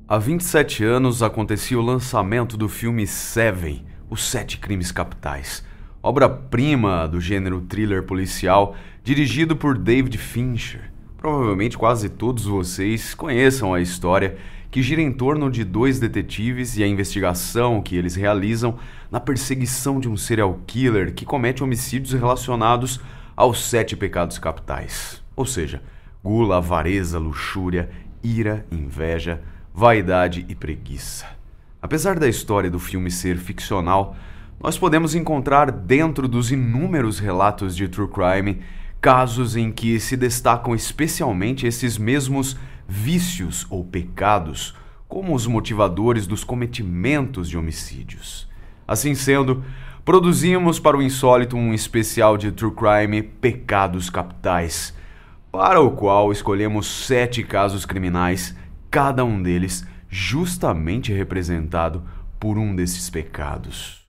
Há 27 anos acontecia o lançamento do filme Seven, Os Sete Crimes Capitais, obra-prima do gênero thriller policial, dirigido por David Fincher. Provavelmente quase todos vocês conheçam a história, que gira em torno de dois detetives e a investigação que eles realizam na perseguição de um serial killer que comete homicídios relacionados aos 7 pecados capitais, ou seja, gula, avareza, luxúria, ira, inveja, vaidade e preguiça. Apesar da história do filme ser ficcional, nós podemos encontrar dentro dos inúmeros relatos de true crime casos em que se destacam especialmente esses mesmos vícios ou pecados como os motivadores dos cometimentos de homicídios. Assim sendo, produzimos para o Insólito um especial de true crime Pecados Capitais, para o qual escolhemos 7 casos criminais, cada um deles justamente representado por um desses pecados.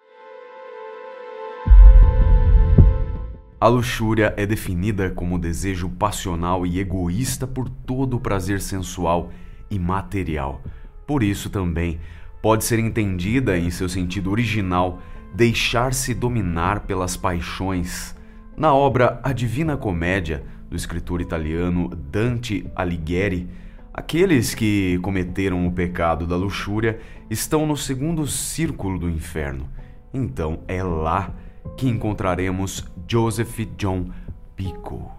A luxúria é definida como desejo passional e egoísta por todo o prazer sensual e material. Por isso também pode ser entendida em seu sentido original deixar-se dominar pelas paixões. Na obra A Divina Comédia, do escritor italiano Dante Alighieri, aqueles que cometeram o pecado da luxúria estão no segundo círculo do inferno. Então é lá que encontraremos Joseph John Pico.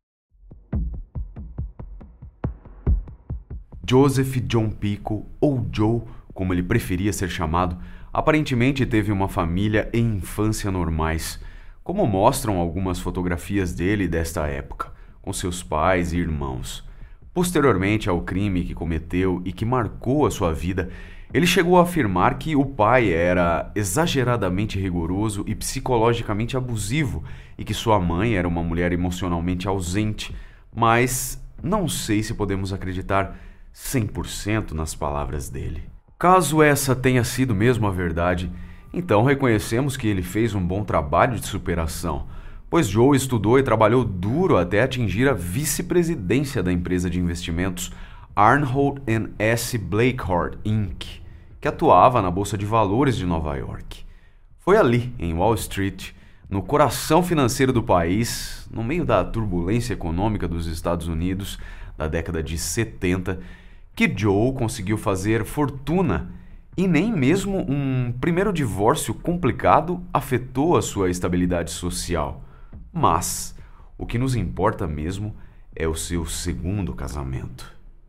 Joseph John Pico, ou Joe, como ele preferia ser chamado, aparentemente teve uma família e infância normais, como mostram algumas fotografias dele desta época, com seus pais e irmãos. Posteriormente ao crime que cometeu e que marcou a sua vida, ele chegou a afirmar que o pai era exageradamente rigoroso e psicologicamente abusivo e que sua mãe era uma mulher emocionalmente ausente, mas não sei se podemos acreditar 100% nas palavras dele. Caso essa tenha sido mesmo a verdade, então reconhecemos que ele fez um bom trabalho de superação, pois Joe estudou e trabalhou duro até atingir a vice-presidência da empresa de investimentos Arnold & S. Blakehart, Inc., que atuava na Bolsa de Valores de Nova York. Foi ali, em Wall Street, no coração financeiro do país, no meio da turbulência econômica dos Estados Unidos da década de 70, que Joe conseguiu fazer fortuna, e nem mesmo um primeiro divórcio complicado afetou a sua estabilidade social. Mas o que nos importa mesmo é o seu segundo casamento.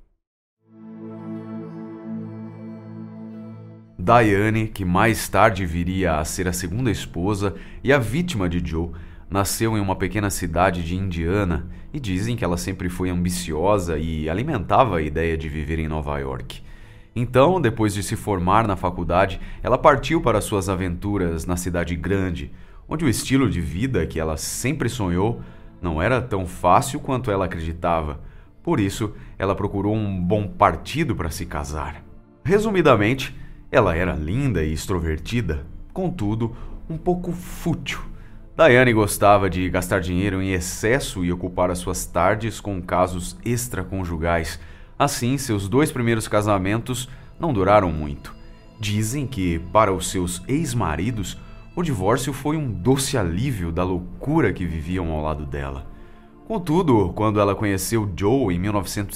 Diane, que mais tarde viria a ser a segunda esposa e a vítima de Joe, nasceu em uma pequena cidade de Indiana e dizem que ela sempre foi ambiciosa e alimentava a ideia de viver em Nova York. Então, depois de se formar na faculdade, ela partiu para suas aventuras na cidade grande, onde o estilo de vida que ela sempre sonhou não era tão fácil quanto ela acreditava. Por isso, ela procurou um bom partido para se casar. Resumidamente, ela era linda e extrovertida, contudo, um pouco fútil. Diane gostava de gastar dinheiro em excesso e ocupar as suas tardes com casos extraconjugais. Assim, seus 2 primeiros casamentos não duraram muito. Dizem que, para os seus ex-maridos, o divórcio foi um doce alívio da loucura que viviam ao lado dela. Contudo, quando ela conheceu Joe em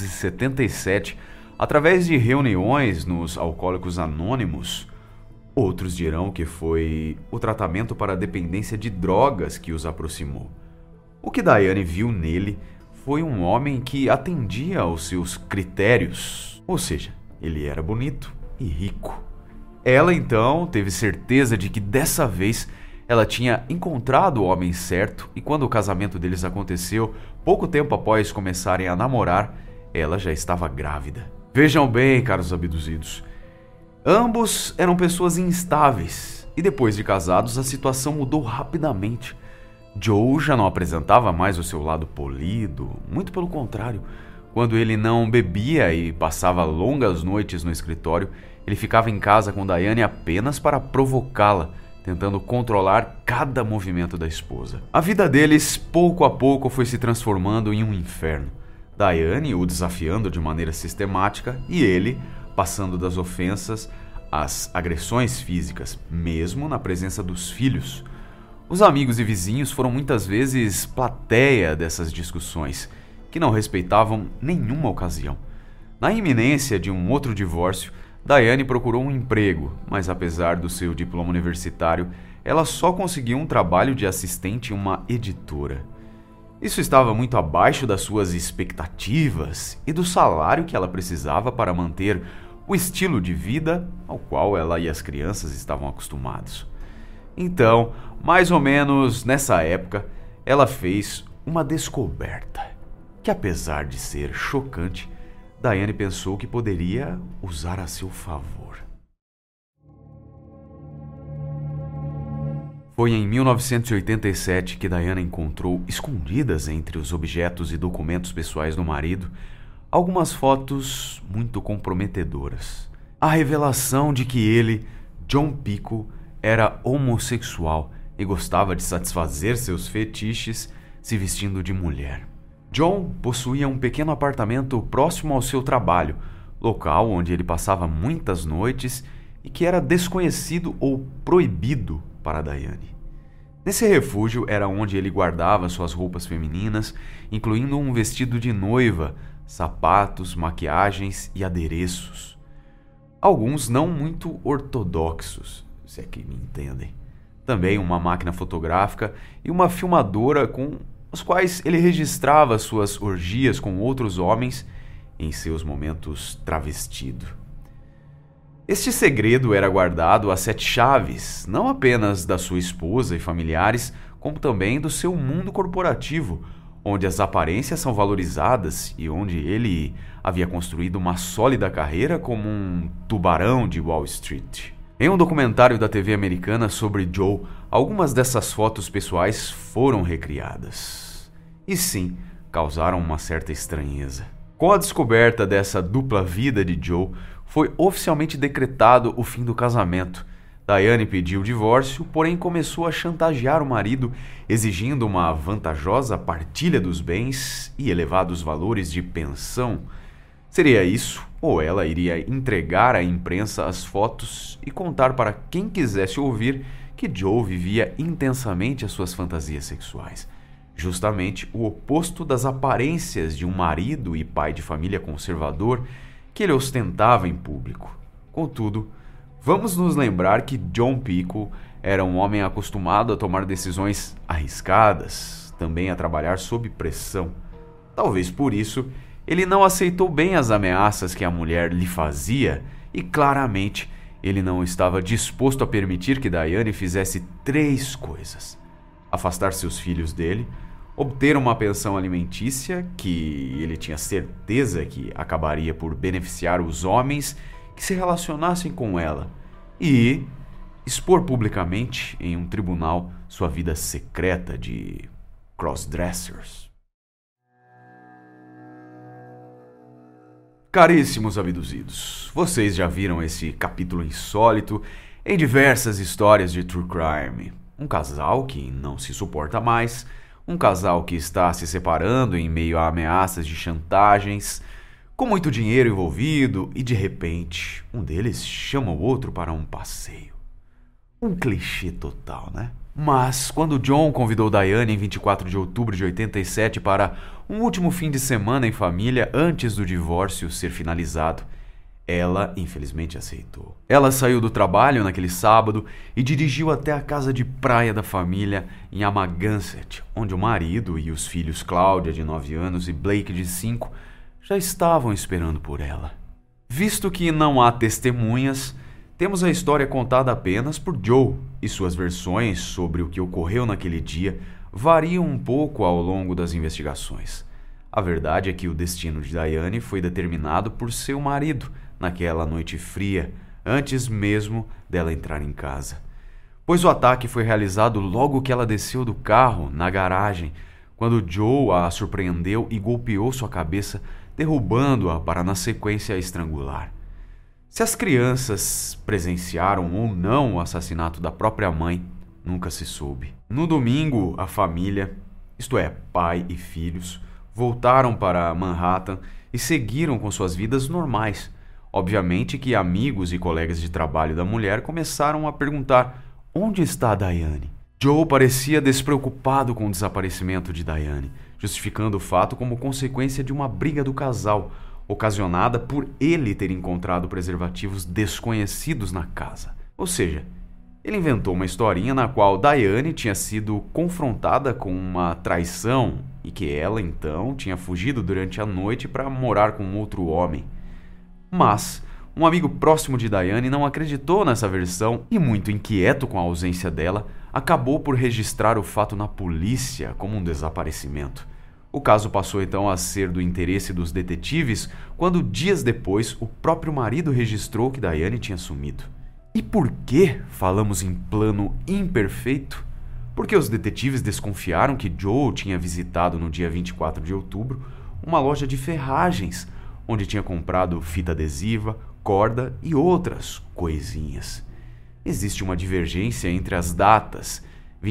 1977, através de reuniões nos Alcoólicos Anônimos, outros dirão que foi o tratamento para a dependência de drogas que os aproximou. O que Diane viu nele foi um homem que atendia aos seus critérios, ou seja, ele era bonito e rico. Ela então teve certeza de que dessa vez ela tinha encontrado o homem certo e quando o casamento deles aconteceu, pouco tempo após começarem a namorar, ela já estava grávida. Vejam bem, caros abduzidos, ambos eram pessoas instáveis e depois de casados a situação mudou rapidamente. Joe já não apresentava mais o seu lado polido, muito pelo contrário. Quando ele não bebia e passava longas noites no escritório, ele ficava em casa com Diane apenas para provocá-la, tentando controlar cada movimento da esposa. A vida deles, pouco a pouco, foi se transformando em um inferno. Diane o desafiando de maneira sistemática e ele passando das ofensas às agressões físicas, mesmo na presença dos filhos. Os amigos e vizinhos foram muitas vezes plateia dessas discussões, que não respeitavam nenhuma ocasião. Na iminência de um outro divórcio, Diane procurou um emprego, mas apesar do seu diploma universitário, ela só conseguiu um trabalho de assistente em uma editora. Isso estava muito abaixo das suas expectativas e do salário que ela precisava para manter o estilo de vida ao qual ela e as crianças estavam acostumados. Então, mais ou menos nessa época, ela fez uma descoberta que, apesar de ser chocante, Diane pensou que poderia usar a seu favor. Foi em 1987 que Diana encontrou, escondidas entre os objetos e documentos pessoais do marido, algumas fotos muito comprometedoras. A revelação de que ele, John Pico, era homossexual e gostava de satisfazer seus fetiches se vestindo de mulher. John possuía um pequeno apartamento próximo ao seu trabalho, local onde ele passava muitas noites e que era desconhecido ou proibido para Diane. Nesse refúgio era onde ele guardava suas roupas femininas, incluindo um vestido de noiva, sapatos, maquiagens e adereços. Alguns não muito ortodoxos, se é que me entendem. Também uma máquina fotográfica e uma filmadora com os quais ele registrava suas orgias com outros homens em seus momentos travestido. Este segredo era guardado a 7 chaves, não apenas da sua esposa e familiares, como também do seu mundo corporativo, onde as aparências são valorizadas e onde ele havia construído uma sólida carreira como um tubarão de Wall Street. Em um documentário da TV americana sobre Joe, algumas dessas fotos pessoais foram recriadas. E sim, causaram uma certa estranheza. Com a descoberta dessa dupla vida de Joe, foi oficialmente decretado o fim do casamento. Diane pediu o divórcio, porém começou a chantagear o marido, exigindo uma vantajosa partilha dos bens e elevados valores de pensão. Seria isso, ou ela iria entregar à imprensa as fotos e contar para quem quisesse ouvir que Joe vivia intensamente as suas fantasias sexuais. Justamente o oposto das aparências de um marido e pai de família conservador que ele ostentava em público. Contudo, vamos nos lembrar que John Pico era um homem acostumado a tomar decisões arriscadas, também a trabalhar sob pressão. Talvez por isso ele não aceitou bem as ameaças que a mulher lhe fazia e claramente ele não estava disposto a permitir que Diane fizesse 3 coisas: afastar seus filhos dele, obter uma pensão alimentícia que ele tinha certeza que acabaria por beneficiar os homens que se relacionassem com ela e expor publicamente em um tribunal sua vida secreta de crossdressers. Caríssimos abduzidos, vocês já viram esse capítulo insólito em diversas histórias de true crime. Um casal que não se suporta mais, um casal que está se separando em meio a ameaças de chantagens, com muito dinheiro envolvido e de repente um deles chama o outro para um passeio. Um clichê total, né? Mas quando John convidou Diane em 24 de outubro de 87 para um último fim de semana em família antes do divórcio ser finalizado, ela infelizmente aceitou. Ela saiu do trabalho naquele sábado e dirigiu até a casa de praia da família em Amagansett, onde o marido e os filhos Cláudia, de 9 anos, e Blake, de 5, já estavam esperando por ela. Visto que não há testemunhas, temos a história contada apenas por Joe, e suas versões sobre o que ocorreu naquele dia variam um pouco ao longo das investigações. A verdade é que o destino de Diane foi determinado por seu marido naquela noite fria, antes mesmo dela entrar em casa. Pois o ataque foi realizado logo que ela desceu do carro, na garagem, quando Joe a surpreendeu e golpeou sua cabeça, derrubando-a para na sequência estrangular. Se as crianças presenciaram ou não o assassinato da própria mãe, nunca se soube. No domingo, a família, isto é, pai e filhos, voltaram para Manhattan e seguiram com suas vidas normais, Obviamente que amigos e colegas de trabalho da mulher começaram a perguntar: onde está a Diane? Joe parecia despreocupado com o desaparecimento de Diane, justificando o fato como consequência de uma briga do casal, ocasionada por ele ter encontrado preservativos desconhecidos na casa. Ou seja, ele inventou uma historinha na qual Diane tinha sido confrontada com uma traição e que ela, então, tinha fugido durante a noite para morar com outro homem. Mas um amigo próximo de Diane não acreditou nessa versão e, muito inquieto com a ausência dela, acabou por registrar o fato na polícia como um desaparecimento. O caso passou então a ser do interesse dos detetives quando, dias depois, o próprio marido registrou que Diane tinha sumido. E por que falamos em plano imperfeito? Porque os detetives desconfiaram que Joe tinha visitado no dia 24 de outubro uma loja de ferragens, onde tinha comprado fita adesiva, corda e outras coisinhas. Existe uma divergência entre as datas,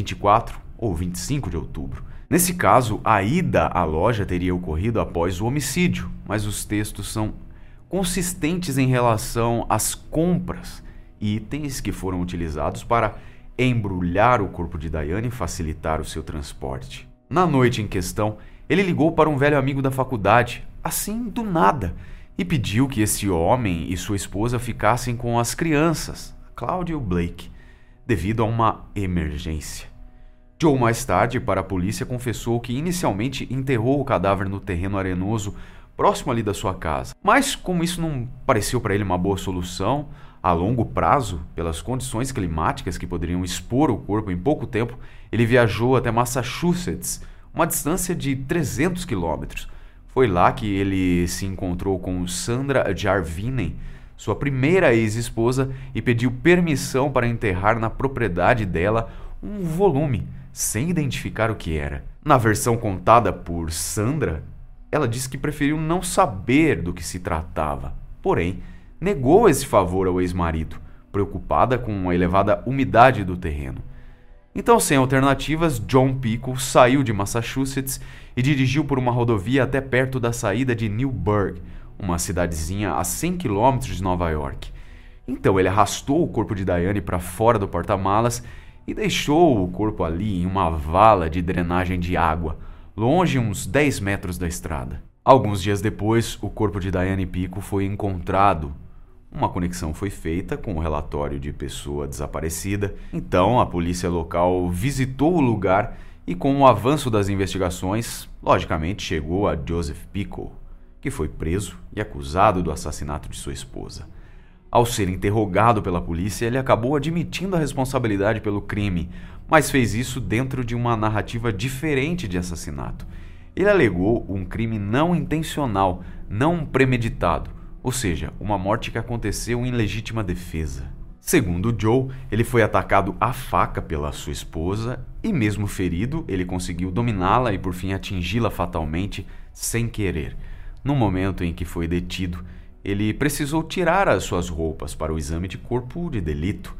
24 ou 25 de outubro. Nesse caso, a ida à loja teria ocorrido após o homicídio, mas os textos são consistentes em relação às compras, itens que foram utilizados para embrulhar o corpo de Diane e facilitar o seu transporte. Na noite em questão, ele ligou para um velho amigo da faculdade, assim do nada, e pediu que esse homem e sua esposa ficassem com as crianças, Claudia e o Blake, devido a uma emergência. Joe, mais tarde, para a polícia, confessou que inicialmente enterrou o cadáver no terreno arenoso próximo ali da sua casa. Mas, como isso não pareceu para ele uma boa solução, a longo prazo, pelas condições climáticas que poderiam expor o corpo em pouco tempo, ele viajou até Massachusetts, uma distância de 300 quilômetros. Foi lá que ele se encontrou com Sandra Jarvinen, sua primeira ex-esposa, e pediu permissão para enterrar na propriedade dela um volume, sem identificar o que era. Na versão contada por Sandra, ela disse que preferiu não saber do que se tratava. Porém, negou esse favor ao ex-marido, preocupada com a elevada umidade do terreno. Então, sem alternativas, John Pickle saiu de Massachusetts e dirigiu por uma rodovia até perto da saída de Newburgh, uma cidadezinha a 100 quilômetros de Nova York. Então, ele arrastou o corpo de Diane para fora do porta-malas e deixou o corpo ali em uma vala de drenagem de água, longe uns 10 metros da estrada. Alguns dias depois, o corpo de Diane Pickle foi encontrado. Uma conexão foi feita com o relatório de pessoa desaparecida. Então, a polícia local visitou o lugar e, com o avanço das investigações, logicamente chegou a Joseph Pickle, que foi preso e acusado do assassinato de sua esposa. Ao ser interrogado pela polícia, ele acabou admitindo a responsabilidade pelo crime, mas fez isso dentro de uma narrativa diferente de assassinato. Ele alegou um crime não intencional, não premeditado, ou seja, uma morte que aconteceu em legítima defesa. Segundo Joe, ele foi atacado à faca pela sua esposa e, mesmo ferido, ele conseguiu dominá-la e por fim atingi-la fatalmente sem querer. No momento em que foi detido, ele precisou tirar as suas roupas para o exame de corpo de delito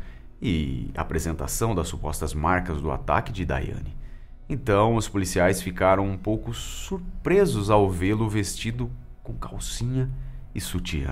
e apresentação das supostas marcas do ataque de Diane. Então, os policiais ficaram um pouco surpresos ao vê-lo vestido com calcinha e sutiã.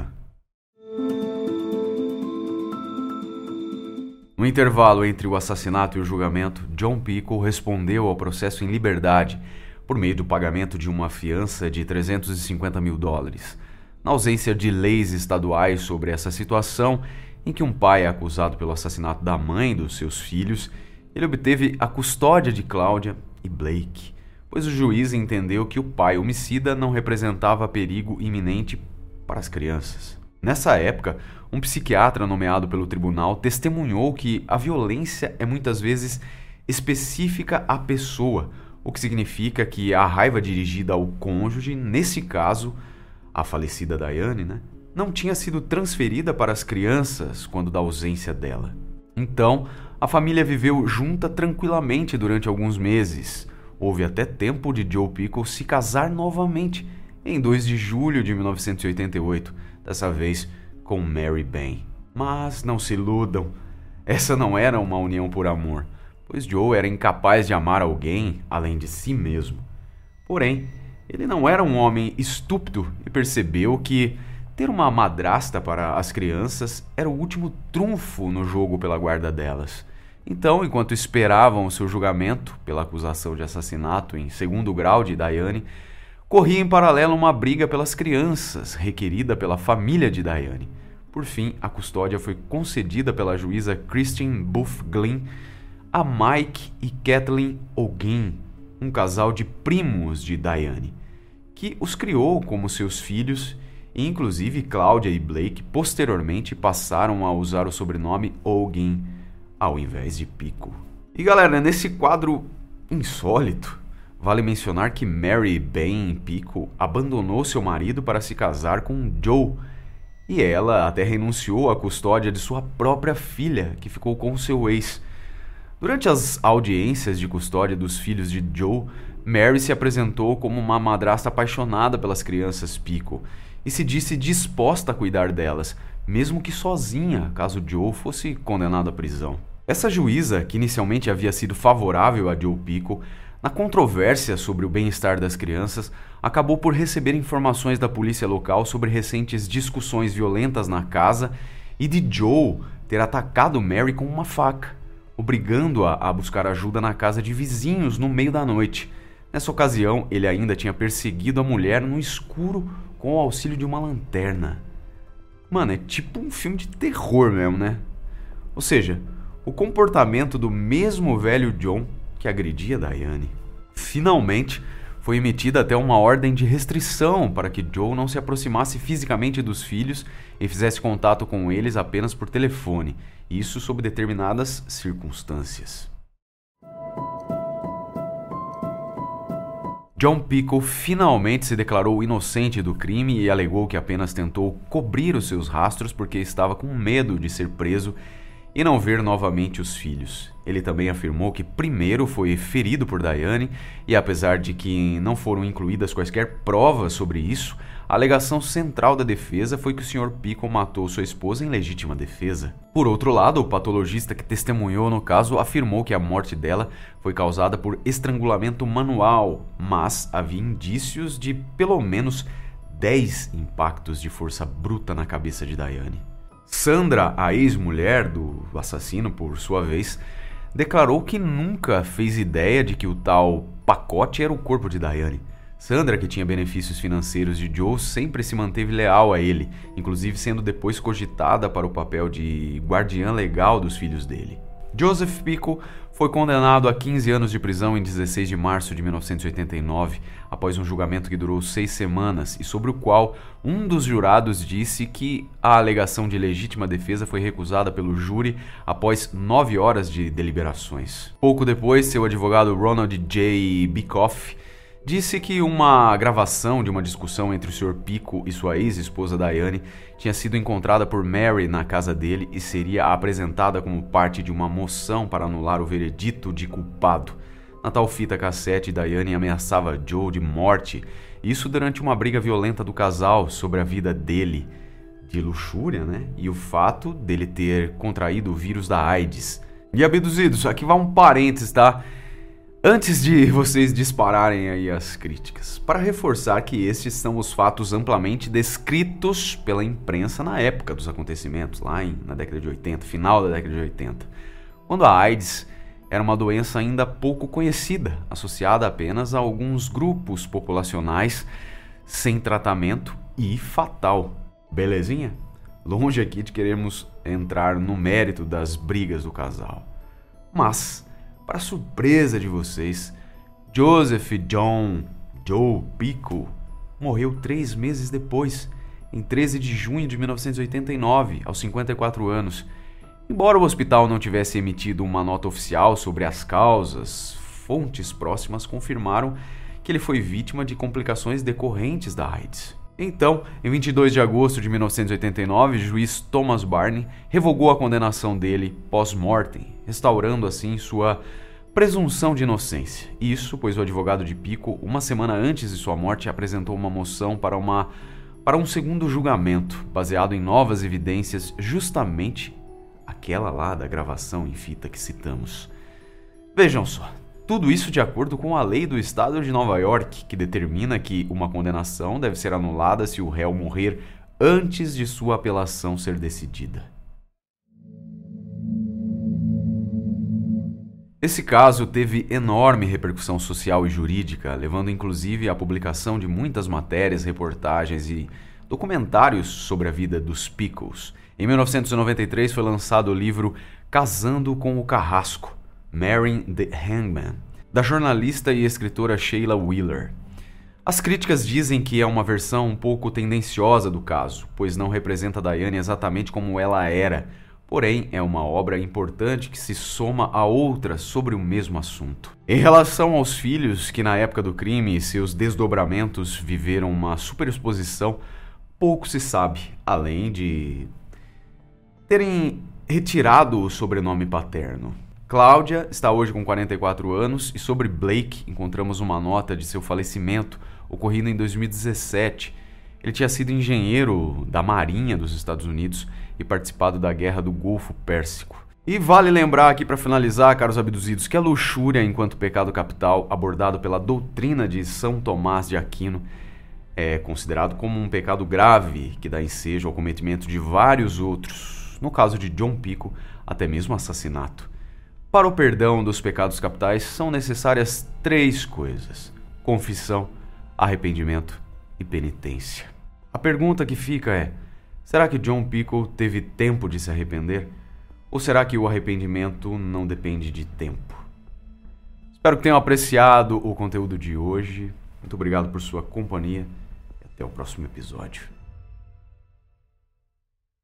No intervalo entre o assassinato e o julgamento, John Pickle respondeu ao processo em liberdade por meio do pagamento de uma fiança de $350 mil. Na ausência de leis estaduais sobre essa situação, em que um pai é acusado pelo assassinato da mãe dos seus filhos, ele obteve a custódia de Claudia e Blake, pois o juiz entendeu que o pai homicida não representava perigo iminente para as crianças. Nessa época, um psiquiatra nomeado pelo tribunal testemunhou que a violência é muitas vezes específica à pessoa, o que significa que a raiva dirigida ao cônjuge, nesse caso, a falecida Diane, não tinha sido transferida para as crianças quando da ausência dela. Então, a família viveu junta tranquilamente durante alguns meses. Houve até tempo de Joe Pickle se casar novamente, em 2 de julho de 1988, dessa vez com Mary Bain. Mas não se iludam, essa não era uma união por amor, pois Joe era incapaz de amar alguém além de si mesmo. Porém, ele não era um homem estúpido e percebeu que Ter uma madrasta para as crianças era o último trunfo no jogo pela guarda delas. Então, enquanto esperavam o seu julgamento pela acusação de assassinato em segundo grau de Diane, corria em paralelo uma briga pelas crianças, requerida pela família de Diane. Por fim, a custódia foi concedida pela juíza Christine Buff Glynn a Mike e Kathleen O'Gin, um casal de primos de Diane, que os criou como seus filhos, e inclusive Claudia e Blake posteriormente passaram a usar o sobrenome O'Gin ao invés de Pico. E galera, nesse quadro insólito, vale mencionar que Mary Bain Pico abandonou seu marido para se casar com Joe, e ela até renunciou à custódia de sua própria filha, que ficou com seu ex. Durante as audiências de custódia dos filhos de Joe, Mary se apresentou como uma madrasta apaixonada pelas crianças Pico e se disse disposta a cuidar delas, mesmo que sozinha, caso Joe fosse condenado à prisão. Essa juíza, que inicialmente havia sido favorável a Joe Pico, na controvérsia sobre o bem-estar das crianças, acabou por receber informações da polícia local sobre recentes discussões violentas na casa e de Joe ter atacado Mary com uma faca, obrigando-a a buscar ajuda na casa de vizinhos no meio da noite. Nessa ocasião, ele ainda tinha perseguido a mulher no escuro com o auxílio de uma lanterna. Mano, é tipo um filme de terror mesmo, né? Ou seja, o comportamento do mesmo velho John que agredia Diane. Finalmente, foi emitida até uma ordem de restrição para que Joe não se aproximasse fisicamente dos filhos e fizesse contato com eles apenas por telefone, isso sob determinadas circunstâncias. John Pico finalmente se declarou inocente do crime e alegou que apenas tentou cobrir os seus rastros porque estava com medo de ser preso e não ver novamente os filhos. Ele também afirmou que primeiro foi ferido por Diane e, apesar de que não foram incluídas quaisquer provas sobre isso, a alegação central da defesa foi que o Sr. Pico matou sua esposa em legítima defesa. Por outro lado, o patologista que testemunhou no caso afirmou que a morte dela foi causada por estrangulamento manual, mas havia indícios de pelo menos 10 impactos de força bruta na cabeça de Diane. Sandra, a ex-mulher do assassino, por sua vez, declarou que nunca fez ideia de que o tal pacote era o corpo de Diane. Sandra, que tinha benefícios financeiros de Joe, sempre se manteve leal a ele, inclusive sendo depois cogitada para o papel de guardiã legal dos filhos dele. Joseph Pico foi condenado a 15 anos de prisão em 16 de março de 1989, após um julgamento que durou 6 semanas e sobre o qual um dos jurados disse que a alegação de legítima defesa foi recusada pelo júri após 9 horas de deliberações. Pouco depois, seu advogado Ronald J. Bikoff disse que uma gravação de uma discussão entre o Sr. Pico e sua ex-esposa Diane tinha sido encontrada por Mary na casa dele e seria apresentada como parte de uma moção para anular o veredito de culpado. Na tal fita cassete, Diane ameaçava Joe de morte, isso durante uma briga violenta do casal sobre a vida dele, de luxúria, né? E o fato dele ter contraído o vírus da AIDS. E abduzidos, aqui vai um parênteses, tá? Antes de vocês dispararem aí as críticas, para reforçar que estes são os fatos amplamente descritos pela imprensa na época dos acontecimentos, lá na década de 80, final da década de 80, quando a AIDS era uma doença ainda pouco conhecida, associada apenas a alguns grupos populacionais, sem tratamento e fatal. Belezinha? Longe aqui de querermos entrar no mérito das brigas do casal. Mas, para surpresa de vocês, Joseph John Joe Pico morreu 3 meses depois, em 13 de junho de 1989, aos 54 anos. Embora o hospital não tivesse emitido uma nota oficial sobre as causas, fontes próximas confirmaram que ele foi vítima de complicações decorrentes da AIDS. Então, em 22 de agosto de 1989, o juiz Thomas Barney revogou a condenação dele pós-mortem, restaurando assim sua presunção de inocência. Isso pois o advogado de Pico, uma semana antes de sua morte, apresentou uma moção para um segundo julgamento, baseado em novas evidências, justamente aquela lá da gravação em fita que citamos. Vejam só. Tudo isso de acordo com a lei do estado de Nova York, que determina que uma condenação deve ser anulada se o réu morrer antes de sua apelação ser decidida. Esse caso teve enorme repercussão social e jurídica, levando inclusive à publicação de muitas matérias, reportagens e documentários sobre a vida dos Pickles. Em 1993 foi lançado o livro Casando com o Carrasco, Marrying the Hangman, da jornalista e escritora Sheila Wheeler. As críticas dizem que é uma versão um pouco tendenciosa do caso, pois não representa Diane exatamente como ela era. Porém, é uma obra importante que se soma a outras sobre o mesmo assunto. Em relação aos filhos que na época do crime e seus desdobramentos viveram uma superexposição, pouco se sabe, além de terem retirado o sobrenome paterno. Cláudia está hoje com 44 anos e sobre Blake encontramos uma nota de seu falecimento ocorrido em 2017. Ele tinha sido engenheiro da Marinha dos Estados Unidos e participado da Guerra do Golfo Pérsico. E vale lembrar aqui para finalizar, caros abduzidos, que a luxúria enquanto pecado capital abordado pela doutrina de São Tomás de Aquino é considerado como um pecado grave que dá ensejo ao cometimento de vários outros, no caso de John Pickle, até mesmo assassinato. Para o perdão dos pecados capitais são necessárias 3 coisas: confissão, arrependimento e penitência. A pergunta que fica é: será que John Pickle teve tempo de se arrepender? Ou será que o arrependimento não depende de tempo? Espero que tenham apreciado o conteúdo de hoje. Muito obrigado por sua companhia e até o próximo episódio.